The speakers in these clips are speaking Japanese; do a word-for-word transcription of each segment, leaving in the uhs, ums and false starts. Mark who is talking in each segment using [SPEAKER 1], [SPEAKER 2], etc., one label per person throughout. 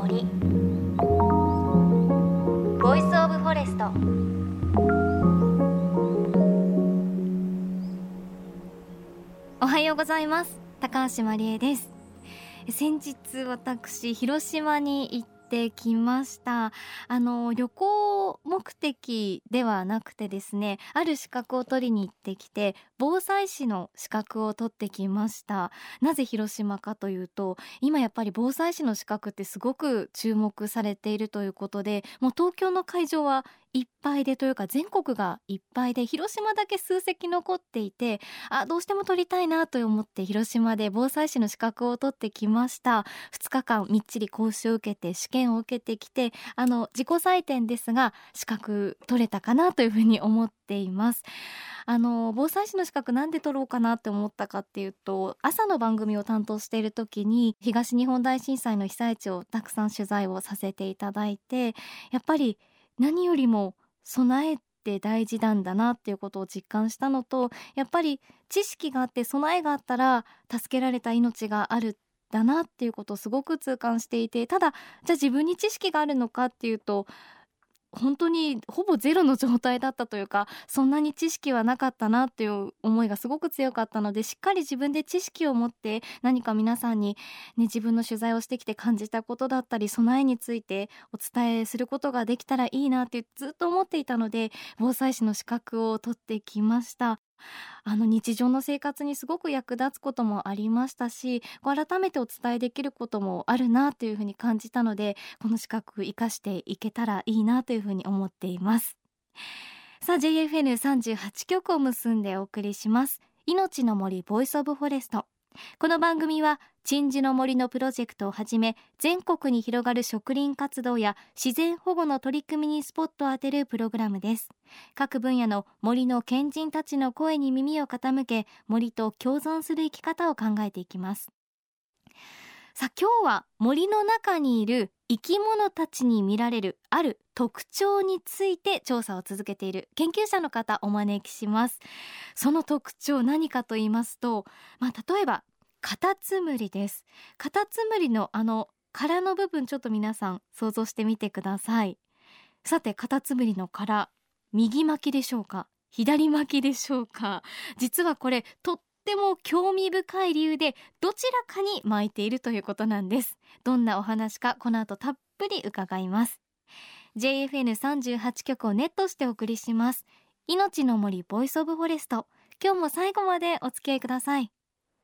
[SPEAKER 1] 森ボイスオブフォレスト。おはようございます。高橋真理恵です。先日私広島に行ってきました。あの旅行目的ではなくてですね、ある資格を取りに行ってきて、防災士の資格を取ってきました。なぜ広島かというと、今やっぱり防災士の資格ってすごく注目されているということで、もう東京の会場はいっぱいでというか全国がいっぱいで、広島だけ数席残っていて、あどうしても取りたいなと思って広島で防災士の資格を取ってきました。ふつかかんみっちり講習を受けて試験を受けてきて、あの自己採点ですが資格取れたかなというふうに思っています。あの防災士の資格なんで取ろうかなって思ったかっていうと、朝の番組を担当している時に東日本大震災の被災地をたくさん取材をさせていただいて、やっぱり何よりも備えって大事なんだなっていうことを実感したのと、やっぱり知識があって備えがあったら助けられた命があるだなっていうことをすごく痛感していて、ただじゃあ自分に知識があるのかっていうと、本当にほぼゼロの状態だったというか、そんなに知識はなかったなっていう思いがすごく強かったので、しっかり自分で知識を持って何か皆さんに、ね、自分の取材をしてきて感じたことだったり備えについてお伝えすることができたらいいなってずっと思っていたので、防災士の資格を取ってきました。あの日常の生活にすごく役立つこともありましたし、改めてお伝えできることもあるなというふうに感じたので、この資格生かしていけたらいいなというふうに思っています。さあ ジェイエフエヌさんじゅうはち 局を結んでお送りします命の森ボイスオブフォレスト。この番組は鎮守の森のプロジェクトをはじめ、全国に広がる植林活動や自然保護の取り組みにスポットを当てるプログラムです。各分野の森の賢人たちの声に耳を傾け、森と共存する生き方を考えていきます。さあ今日は森の中にいる生き物たちに見られるある特徴について調査を続けている研究者の方お招きします。その特徴何かと言いますと、まあ、例えばカタツムリです。カタツムリのあの殻の部分、ちょっと皆さん想像してみてください。さてカタツムリの殻、右巻きでしょうか、左巻きでしょうか。実はこれとっても興味深い理由でどちらかに巻いているということなんです。どんなお話かこの後たっぷり伺います。 ジェイエフエヌさんじゅうはち 局をネットしてお送りします命の森ボイスオブフォレスト。今日も最後までお付き合いください。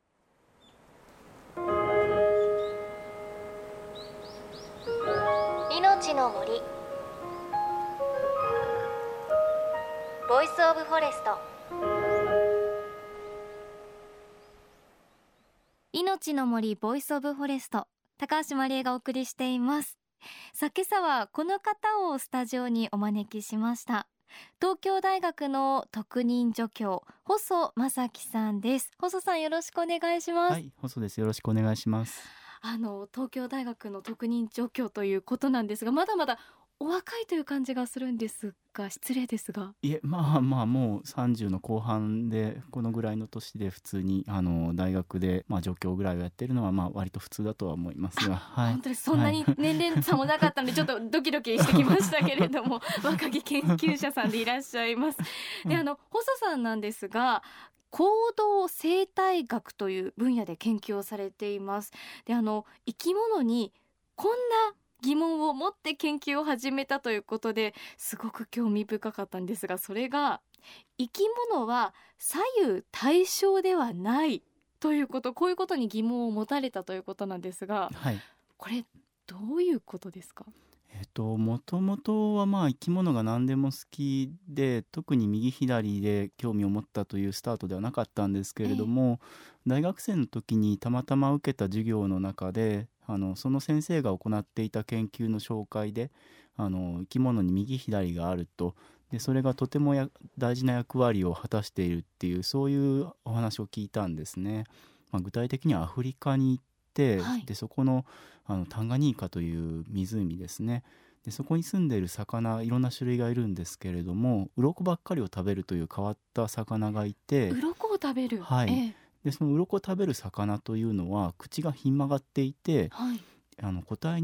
[SPEAKER 1] 命の森ボイスオブフォレスト。命の森ボイスオブフォレスト、高橋真理恵がお送りしています。さあ今朝はこの方をスタジオにお招きしました。東京大学の特任助教細正樹さんです。細さんよろしくお願いします。
[SPEAKER 2] はい、細です。よろしくお願いします。
[SPEAKER 1] あの東京大学の特任助教ということなんですが、まだまだお若いという感じがするんですが、失礼ですが。
[SPEAKER 2] いえ、まあまあもうさんじゅうの後半で、このぐらいの年で普通にあの大学で、まあ、助教ぐらいをやってるのはまあ割と普通だとは思いますが、はい、
[SPEAKER 1] 本当にそんなに年齢差もなかったので、ちょっとドキドキしてきましたけれども若き研究者さんでいらっしゃいます。で、あの細さんなんですが、行動生態学という分野で研究をされています。で、あの生き物にこんな疑問を持って研究を始めたということで、すごく興味深かったんですが、それが生き物は左右対称ではないということ、こういうことに疑問を持たれたということなんですが、
[SPEAKER 2] はい、
[SPEAKER 1] これどういうことですか？
[SPEAKER 2] えっともともとはまあ生き物が何でも好きで、特に右左で興味を持ったというスタートではなかったんですけれども、大学生の時にたまたま受けた授業の中で、あのその先生が行っていた研究の紹介で、あの生き物に右左があると、でそれがとてもや大事な役割を果たしているっていう、そういうお話を聞いたんですね。まあ、具体的にはアフリカに行って、
[SPEAKER 1] はい、
[SPEAKER 2] でそこの、あのタンガニーカという湖ですね。でそこに住んでいる魚、いろんな種類がいるんですけれども、鱗ばっかりを食べるという変わった魚がいて、
[SPEAKER 1] 鱗を食べる、
[SPEAKER 2] はい、
[SPEAKER 1] ええ、
[SPEAKER 2] でその鱗を食べる魚というのは口がひん曲がっていて、
[SPEAKER 1] はい、
[SPEAKER 2] あの個体によっ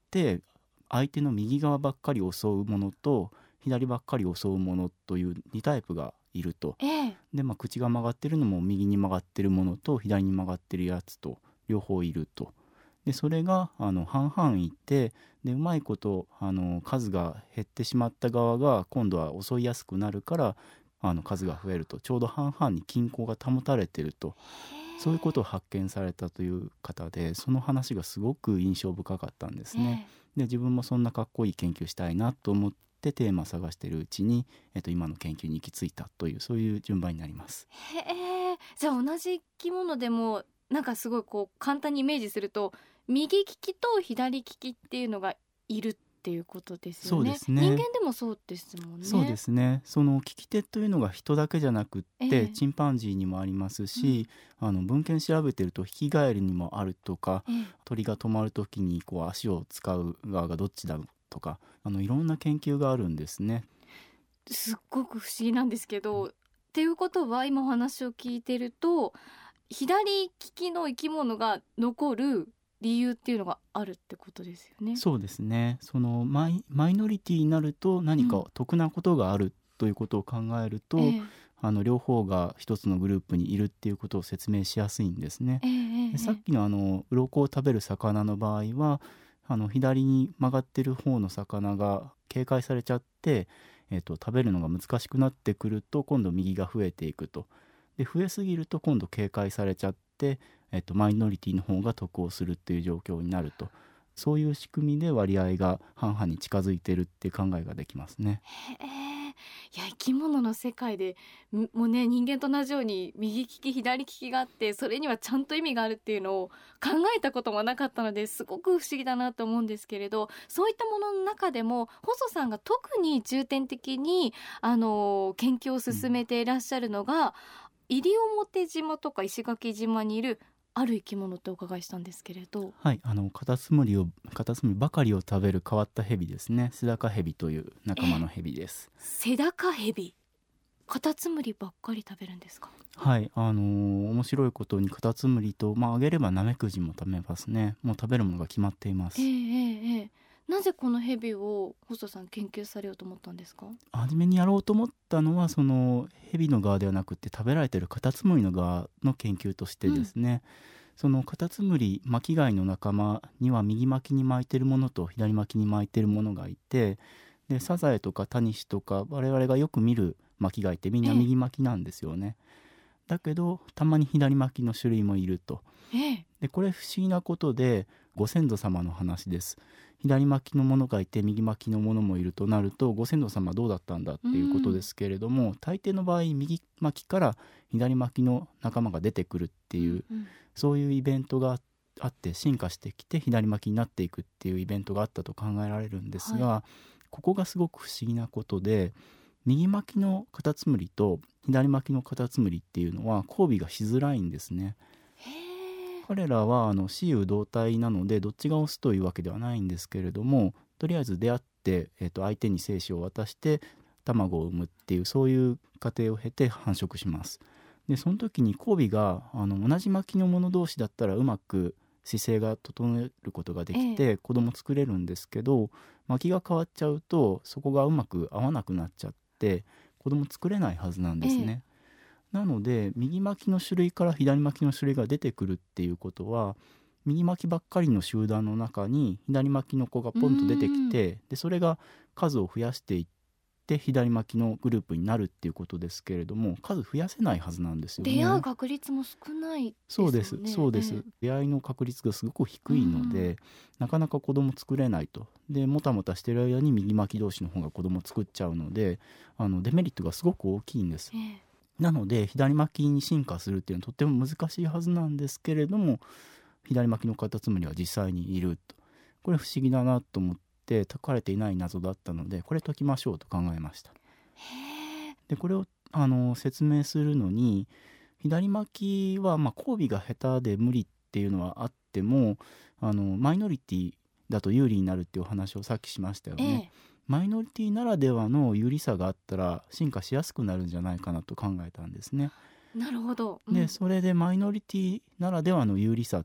[SPEAKER 2] って相手の右側ばっかり襲うものと左ばっかり襲うものというにタイプがいると。
[SPEAKER 1] ええ、
[SPEAKER 2] で、まあ、口が曲がってるのも右に曲がってるものと左に曲がってるやつと両方いると。でそれがあの半々いて、でうまいことあの数が減ってしまった側が今度は襲いやすくなるからあの数が増えると、ちょうど半々に均衡が保たれてると、そういうことを発見されたという方で、その話がすごく印象深かったんですね。で自分もそんなかっこいい研究したいなと思ってテーマ探してるうちに、えっと、今の研究に行き着いたという、そういう順番になります。
[SPEAKER 1] へえ、じゃあ同じ生き物でもなんかすごいこう簡単にイメージすると右利きと左利きっていうのがいるっていうことですよね。
[SPEAKER 2] そうですね。
[SPEAKER 1] 人間でもそうですもんね。
[SPEAKER 2] そうですね。その利き手というのが人だけじゃなくって、
[SPEAKER 1] ええ、
[SPEAKER 2] チンパンジーにもありますし、うん、あの文献調べてるとヒキガエルにもあるとか、
[SPEAKER 1] ええ、
[SPEAKER 2] 鳥が止まるときにこう足を使う側がどっちだとか、あのいろんな研究があるんですね。
[SPEAKER 1] すっごく不思議なんですけど、っていうことは今お話を聞いてると左利きの生き物が残る理由っていうのがあるってことですよね。
[SPEAKER 2] そうですね。そのマイ、マイノリティになると何か得なことがあるということを考えると、
[SPEAKER 1] ええ、
[SPEAKER 2] あの両方が一つのグループにいるっていうことを説明しやすいんですね。
[SPEAKER 1] ええ、
[SPEAKER 2] でさっきのあの鱗を食べる魚の場合は、あの左に曲がってる方の魚が警戒されちゃって、えっと、食べるのが難しくなってくると今度右が増えていくと。で増えすぎると今度警戒されちゃって、えっと、マイノリティの方が得をするっていう状況になると。そういう仕組みで割合が半々に近づいてるっていう考えができますね。
[SPEAKER 1] へえ、いや生き物の世界でんもうね、人間と同じように右利き左利きがあって、それにはちゃんと意味があるっていうのを考えたこともなかったので、すごく不思議だなと思うんですけれど、そういったものの中でも細さんが特に重点的にあの研究を進めていらっしゃるのが、西表島とか石垣島にいるある生き物とお伺いしたんですけれど。
[SPEAKER 2] はい、あのカタツムリをカタツムリばかりを食べる変わったヘビですね。セダカヘビという仲間のヘビです。
[SPEAKER 1] セダカヘビ、カタツムリばっかり食べるんですか？
[SPEAKER 2] はい、あのー面白いことにカタツムリと、まあ、あげればナメクジも食べますね。もう食べるものが決まっています。
[SPEAKER 1] ええええええ、なぜこのヘビを細田さん研究されようと思ったんですか？
[SPEAKER 2] 初めにやろうと思ったのはそのヘビの側ではなくて食べられているカタツムリの側の研究としてですね、そのカタツムリ巻き貝の仲間には右巻きに巻いてるものと左巻きに巻いてるものがいて、でサザエとかタニシとか我々がよく見る巻き貝ってみんな右巻きなんですよね。だけどたまに左巻きの種類もいると。
[SPEAKER 1] ええ、
[SPEAKER 2] でこれ不思議なことでご先祖様の話です。左巻きのものがいて右巻きのものもいるとなるとご先祖様どうだったんだっていうことですけれども、大抵の場合右巻きから左巻きの仲間が出てくるっていう、
[SPEAKER 1] うん、
[SPEAKER 2] そういうイベントがあって進化してきて左巻きになっていくっていうイベントがあったと考えられるんですが、
[SPEAKER 1] は
[SPEAKER 2] ここがすごく不思議なことで、右巻きのカタツムリと左巻きのカタツムリっていうのは交尾がしづらいんですね。
[SPEAKER 1] へえ、
[SPEAKER 2] 彼らはあの雌雄同体なのでどっちがオスというわけではないんですけれども、とりあえず出会って、えー、と相手に精子を渡して卵を産むっていう、そういう過程を経て繁殖します。でその時に交尾があの同じ巻きの者同士だったらうまく姿勢が整えることができて、
[SPEAKER 1] え
[SPEAKER 2] 子供作れるんですけど、巻きが変わっちゃうとそこがうまく合わなくなっちゃって子供作れないはずなんですね。なので右巻きの種類から左巻きの種類が出てくるっていうことは、右巻きばっかりの集団の中に左巻きの子がポンと出てきて、でそれが数を増やしていって左巻きのグループになるっていうことですけれども、数増やせないはずなんですよね。
[SPEAKER 1] 出会う確率も少ないですよね。
[SPEAKER 2] そうですそうです、
[SPEAKER 1] ええ、
[SPEAKER 2] 出会いの確率がすごく低いので、なかなか子供作れないと。でもたもたしてる間に右巻き同士の方が子供作っちゃうので、あのデメリットがすごく大きいんです。
[SPEAKER 1] ええ、
[SPEAKER 2] なので左巻きに進化するっていうのはとっても難しいはずなんですけれども、左巻きのカタツムリは実際にいると。これ不思議だなと思って解かれていない謎だったので、これ解きましょうと考えました。
[SPEAKER 1] へえ、
[SPEAKER 2] でこれをあの説明するのに、左巻きはまあ交尾が下手で無理っていうのはあっても、あのマイノリティだと有利になるっていうお話をさっきしましたよね。
[SPEAKER 1] ええ、
[SPEAKER 2] マイノリティならではの有利さがあったら進化しやすくなるんじゃないかなと考えたんですね。
[SPEAKER 1] なるほど、うん、
[SPEAKER 2] でそれでマイノリティならではの有利さ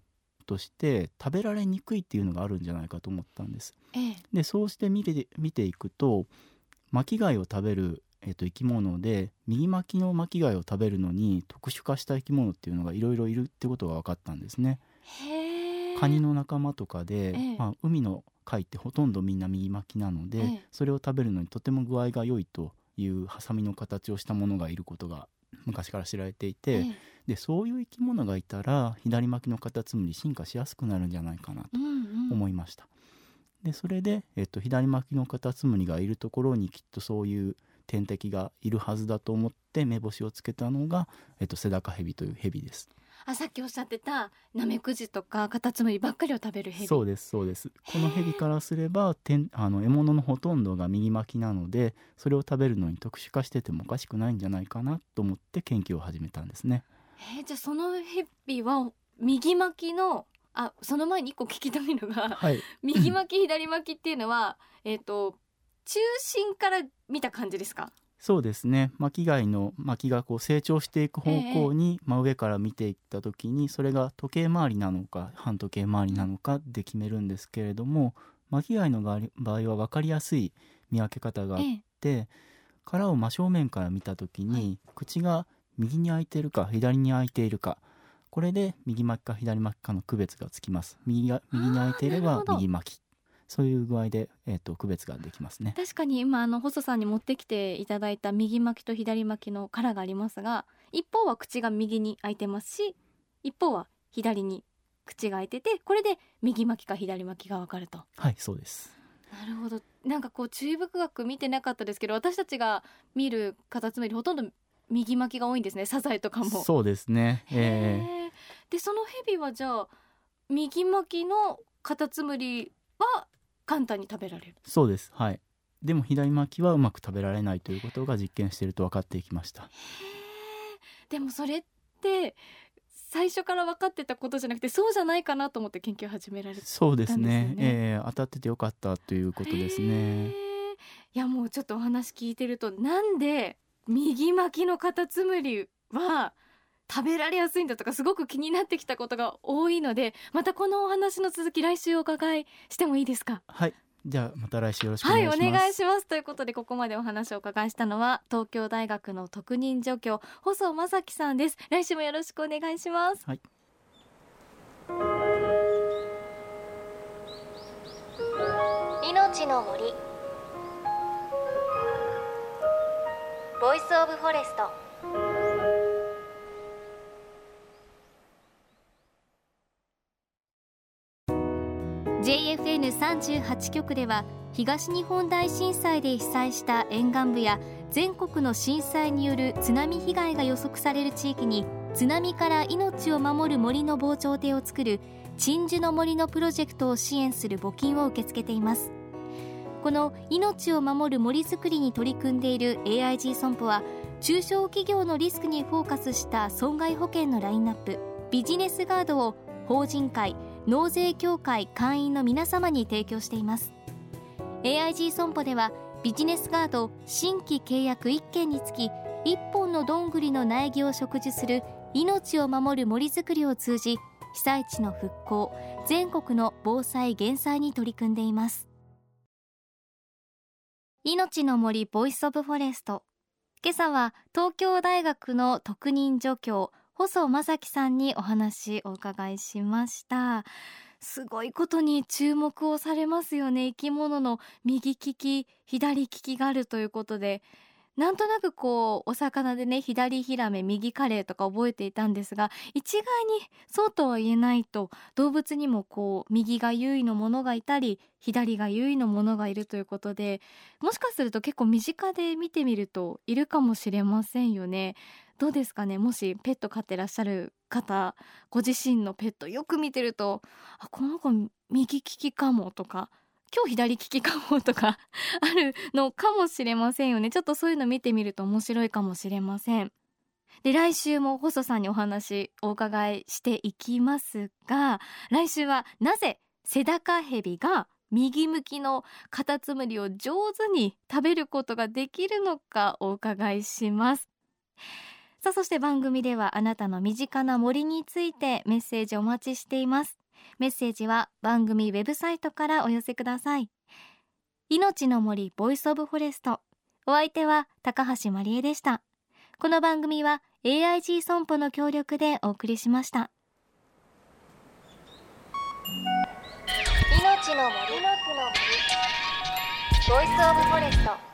[SPEAKER 2] として食べられにくいっていうのがあるんじゃないかと思ったんです。
[SPEAKER 1] ええ、
[SPEAKER 2] でそうして見て見ていくと、巻き貝を食べる、えっと、生き物で右巻きの巻き貝を食べるのに特殊化した生き物っていうのがいろいろいるってことが分かったんですね。
[SPEAKER 1] へえ、
[SPEAKER 2] カニの仲間とかで、
[SPEAKER 1] ええ
[SPEAKER 2] まあ、海の貝ってほとんどみんな右巻きなので、
[SPEAKER 1] ええ
[SPEAKER 2] それを食べるのにとても具合が良いというハサミの形をしたものがいることが昔から知られていて、
[SPEAKER 1] ええ、
[SPEAKER 2] でそういう生き物がいたら左巻きのカタツムリ進化しやすくなるんじゃないかなと
[SPEAKER 1] うんうん、
[SPEAKER 2] 思いました。でそれで、えっと、左巻きのカタツムリがいるところにきっとそういう天敵がいるはずだと思って目星をつけたのが、えっと、セダカヘビというヘビです。
[SPEAKER 1] あ、さっきおっしゃってたナメクジとかカタツムリばっかりを食べるヘビ。
[SPEAKER 2] そうですそうです。このヘビからすれば天あの獲物のほとんどが右巻きなので、それを食べるのに特殊化しててもおかしくないんじゃないかなと思って研究を始めたんですね。
[SPEAKER 1] えー、じゃあそのヘビは右巻きの、あ、その前に一個聞きたいのが、
[SPEAKER 2] はい、
[SPEAKER 1] 右巻き左巻きっていうのはえっ、と中心から見た感じですか？
[SPEAKER 2] そうですね。巻き貝の巻きがこう成長していく方向に真上から見ていった時に、それが時計回りなのか反時計回りなのかで決めるんですけれども、巻き貝の場合は分かりやすい見分け方があっ
[SPEAKER 1] ええ、
[SPEAKER 2] て、殻を真正面から見た時に、口が右に開いているか左に開いているか、これで右巻きか左巻きかの区別がつきます。右が右に開いていれば
[SPEAKER 1] あーなるほど
[SPEAKER 2] 右巻き、そういう具合で、えーと、区別ができますね。
[SPEAKER 1] 確かに今あの細さんに持ってきていただいた右巻きと左巻きの殻がありますが、一方は口が右に開いてますし、一方は左に口が開いてて、これで右巻きか左巻きが分かると。
[SPEAKER 2] はい、そうです。
[SPEAKER 1] なるほど。なんかこう注意深く見てなかったですけど、私たちが見るカタツムリほとんど右巻きが多いんですね、サザエとかも。
[SPEAKER 2] そうですね、えー
[SPEAKER 1] へー。でそのヘビはじゃあ右巻きのカタツムリは簡単に食べられる？
[SPEAKER 2] そうです。はい。でも左巻きはうまく食べられないということが実験していると分かっていきました。
[SPEAKER 1] へー。でもそれって最初から分かってたことじゃなくて、そうじゃないかなと思って研究を始められたんですよね。
[SPEAKER 2] そうですね、えー当たっててよかったということです
[SPEAKER 1] へ
[SPEAKER 2] ね。
[SPEAKER 1] ー。いやもうちょっとお話聞いてると、なんで右巻きのカタツムリは食べられやすいんだとかすごく気になってきたことが多いので、またこのお話の続き来週お伺いしてもいいですか？
[SPEAKER 2] はい、じゃあまた来週よろしくお
[SPEAKER 1] はい、
[SPEAKER 2] 願いします。
[SPEAKER 1] お願いします。ということでここまでお話をお伺いしたのは東京大学の特任助教細正樹さんです。来週もよろしくお願いします。
[SPEAKER 2] はい、
[SPEAKER 1] 命の森ボイスオブフォレスト。ジェイエフエヌさんじゅうはち 局では東日本大震災で被災した沿岸部や全国の震災による津波被害が予測される地域に津波から命を守る森の防潮堤を作る鎮守の森のプロジェクトを支援する募金を受け付けています。この命を守る森づくりに取り組んでいる エーアイジー 損保は中小企業のリスクにフォーカスした損害保険のラインナップビジネスガードを法人会納税協会会員の皆様に提供しています。 エーアイジー 損保ではビジネスガード新規契約いっけんにつきいっぽんのどんぐりの苗木を植樹する命を守る森づくりを通じ、被災地の復興、全国の防災減災に取り組んでいます。命の森ボイスオブフォレスト。今朝は東京大学の特任助教細正樹さんにお話をお伺いしました。すごいことに注目をされますよね。生き物の右利き左利きがあるということで、なんとなくこうお魚でね、左ヒラメ右カレイとか覚えていたんですが、一概にそうとは言えないと、動物にもこう右が優位のものがいたり左が優位のものがいるということで、もしかすると結構身近で見てみるといるかもしれませんよね。どうですかね、もしペット飼ってらっしゃる方、ご自身のペットよく見てると、あ、この子右利きかもとか、今日左利きかもとかあるのかもしれませんよね。ちょっとそういうの見てみると面白いかもしれません。で、来週も細さんにお話お伺いしていきますが、来週はなぜセダカヘビが右向きのカタツムリを上手に食べることができるのかお伺いします。さあ、そして番組ではあなたの身近な森についてメッセージお待ちしています。 メッセージは番組ウェブサイトからお寄せください。命の森ボイスオブフォレスト、お相手は高橋まりえでした。この番組は エーアイジー 損保の協力でお送りしました。命の森ボイスオブフォレスト。